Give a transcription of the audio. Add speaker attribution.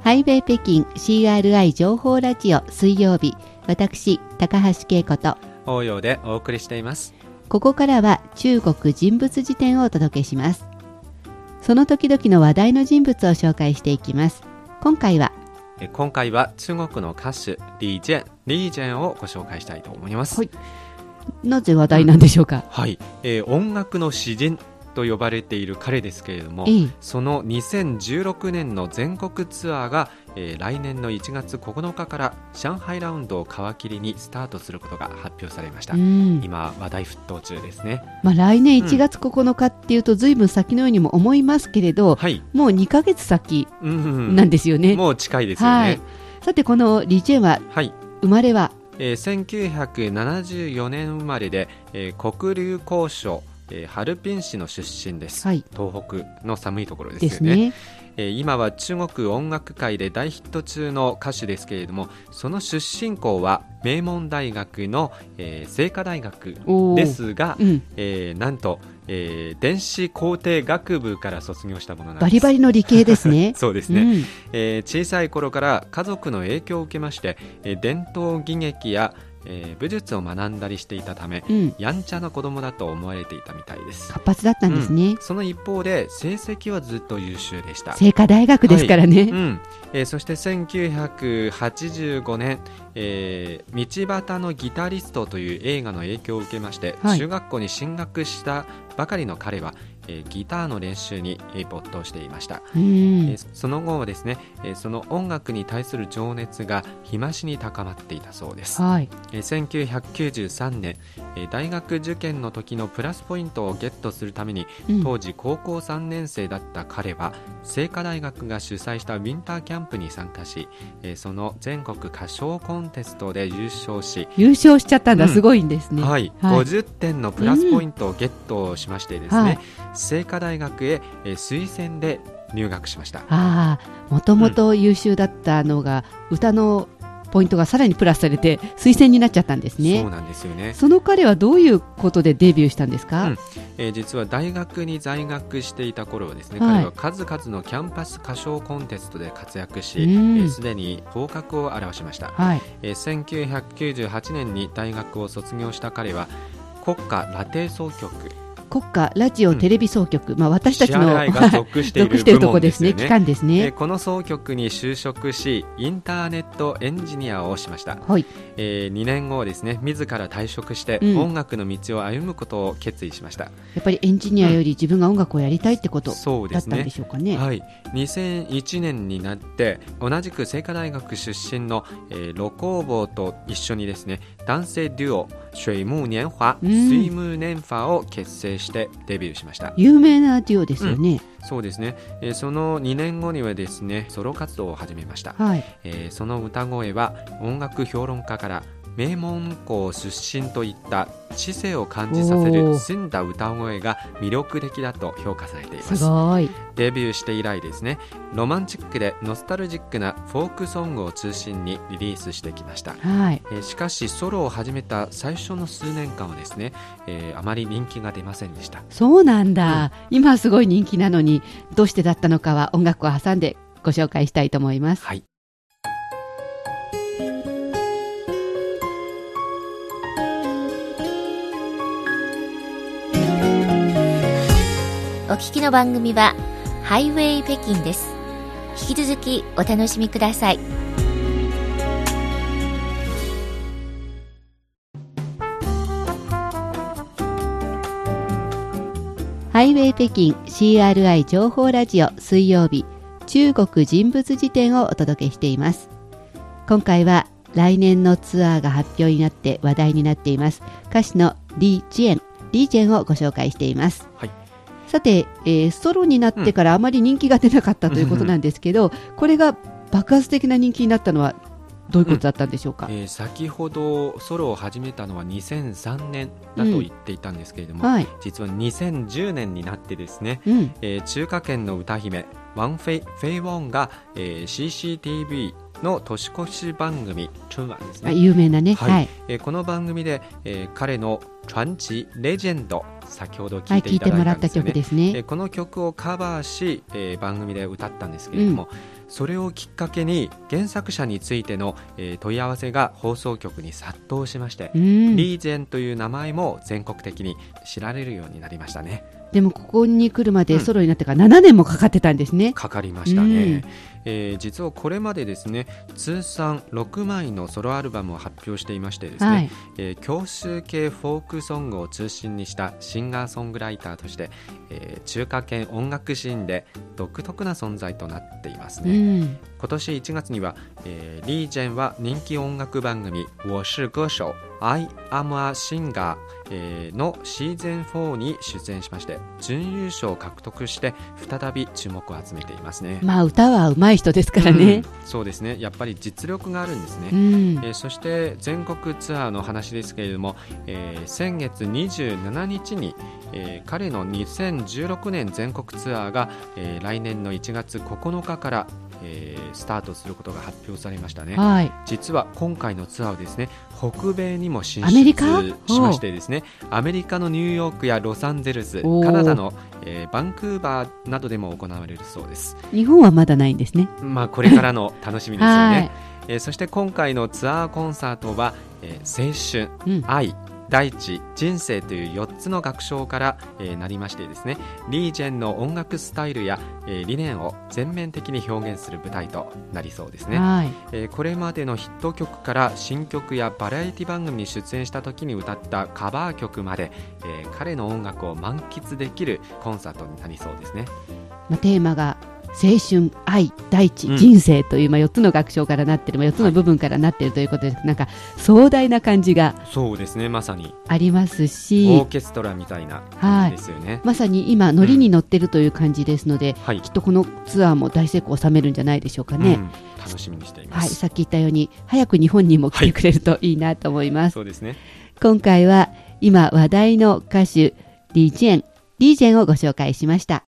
Speaker 1: ハイウェイ北京 CRI 情報ラジオ水曜日、私高橋恵子と
Speaker 2: 応用でお送りしています。
Speaker 1: ここからは中国人物辞典をお届けします。その時々の話題の人物を紹介していきます。今回は
Speaker 2: 中国の歌手リー・ジェンをご紹介したいと思います。
Speaker 1: はい、なぜ話題なんでしょうか。
Speaker 2: はい、音楽の詩人と呼ばれている彼ですけれども、その2016年の全国ツアーが、来年の1月9日から上海ラウンドを皮切りにスタートすることが発表されました。今話題沸騰中ですね。
Speaker 1: 来年1月9日っていうとずいぶん先のようにも思いますけれど、もう2ヶ月先なんですよね。
Speaker 2: もう近いですよね。
Speaker 1: さてこのリジェンは、生まれは、
Speaker 2: 1974年生まれで、黒竜江省ハルピン市の出身です。東北の寒いところですよね。今は中国音楽界で大ヒット中の歌手ですけれども、その出身校は名門大学の、清華大学ですが、なんと、電子工程学部から卒業したものなんです。
Speaker 1: バリバリの理系ですね。
Speaker 2: そうですね。小さい頃から家族の影響を受けまして、伝統技劇や武術を学んだりしていたため、やんちゃな子供だと思われていたみたいです。
Speaker 1: 活発だったんですね。そ
Speaker 2: の一方で成績はずっと優秀でした。
Speaker 1: 清華大学ですからね。
Speaker 2: そして1985年、道端のギタリストという映画の影響を受けまして、中学校に進学したばかりの彼は、ギターの練習に没頭していました。その後はですね、その音楽に対する情熱が日増しに高まっていたそうです。1993年、大学受験の時のプラスポイントをゲットするために、当時高校3年生だった彼は清華大学が主催したウィンターキャンプに参加し、その全国歌唱コンテストで優勝し
Speaker 1: ちゃったんだ。すごいんですね。
Speaker 2: 50点のプラスポイントをゲットしましてですね、清華大学へ推薦で入学しました。
Speaker 1: もともと優秀だったのが、歌のポイントがさらにプラスされて推薦になっちゃったんですね。
Speaker 2: そうなんですよね。
Speaker 1: その彼はどういうことでデビューしたんですか。
Speaker 2: 実は大学に在学していた頃はですね、彼は数々のキャンパス歌唱コンテストで活躍し、すでに頭角を現しました。1998年に大学を卒業した彼は国家ラテ総局、
Speaker 1: 国家ラジオテレビ総局、私たちの
Speaker 2: CRI が属している
Speaker 1: ところですね。機関ですね。
Speaker 2: この総局に就職し、インターネットエンジニアをしました。2年後ですね、自ら退職して音楽の道を歩むことを決意しました。
Speaker 1: やっぱりエンジニアより自分が音楽をやりたいってことだったんでしょうかね。
Speaker 2: 2001年になって同じく清華大学出身の盧工房と一緒にですね、男性デュオ水木年華、水木年華を結成してデビューしました。
Speaker 1: 有名なデュオですよね。
Speaker 2: そうですね。その2年後にはですね、ソロ活動を始めました。その歌声は音楽評論家から名門校出身といった知性を感じさせる澄んだ歌声が魅力的だと評価されています。
Speaker 1: すごい。
Speaker 2: デビューして以来ですね、ロマンチックでノスタルジックなフォークソングを中心にリリースしてきました。しかしソロを始めた最初の数年間はですね、あまり人気が出ませんでした。
Speaker 1: そうなんだ。今はすごい人気なのに、どうしてだったのかは音楽を挟んでご紹介したいと思います。
Speaker 3: お聞きの番組はハイウェイ北京です。引き続きお楽しみください。
Speaker 1: ハイウェイ北京 CRI 情報ラジオ水曜日、中国人物辞典をお届けしています。今回は来年のツアーが発表になって話題になっています歌手のリー・ジェンをご紹介しています。さて、ソロになってからあまり人気が出なかったということなんですけど、これが爆発的な人気になったのはどういうことだったんでしょうか。
Speaker 2: 先ほどソロを始めたのは2003年だと言っていたんですけれども、実は2010年になってですね、中華圏の歌姫ワン・フェイ・ウォンが、CCTV の年越し番組春晚ですね、
Speaker 1: 有名なね、
Speaker 2: この番組で、彼の传奇レジェンド、先ほど聴いていただいたんですよね。この曲をカバーし、番組で歌ったんですけれども、 それをきっかけに原作者についての、問い合わせが放送局に殺到しまして、リーゼンという名前も全国的に知られるようになりましたね。
Speaker 1: でもここに来るまでソロになってから7年もかかってたんですね。
Speaker 2: かかりましたね。実はこれまでですね、通算6枚のソロアルバムを発表していましてですね、郷愁系フォークソングを中心にしたシンガーソングライターとして、中華圏音楽シーンで独特な存在となっていますね。今年1月には、リージェンは人気音楽番組我是歌手 I am a singer、のシーズン4に出演しまして、準優勝を獲得して再び注目を集めていますね。
Speaker 1: まあ歌は上手い人ですからね。
Speaker 2: そうですね、やっぱり実力があるんですね。そして全国ツアーの話ですけれども、先月27日に、彼の2016年全国ツアーが、来年の1月9日からスタートすることが発表されましたね。実は今回のツアーをですね、北米にも進出しましてですね、アメリカのニューヨークやロサンゼルス、カナダの、バンクーバーなどでも行われるそうです。
Speaker 1: 日本はまだないんですね。
Speaker 2: これからの楽しみですよね。そして今回のツアーコンサートは、青春、愛、大地、人生という4つの楽章から、なりましてですね、リージェンの音楽スタイルや、理念を全面的に表現する舞台となりそうですね。これまでのヒット曲から新曲やバラエティ番組に出演した時に歌ったカバー曲まで、彼の音楽を満喫できるコンサートになりそうですね。
Speaker 1: テーマが青春、愛、大地、人生という、4つの楽章からなっている、4つの部分からなっているということで、なんか壮大な感じが
Speaker 2: そうですね、まさに
Speaker 1: ありますし、
Speaker 2: オーケストラみたいな感じですよね。
Speaker 1: まさに今ノリに乗っているという感じですので、きっとこのツアーも大成功を収めるんじゃないでしょうかね。
Speaker 2: 楽しみにしています。
Speaker 1: さっき言ったように早く日本にも来てくれるといいなと思います。
Speaker 2: そうですね。
Speaker 1: 今回は今話題の歌手リージェンをご紹介しました。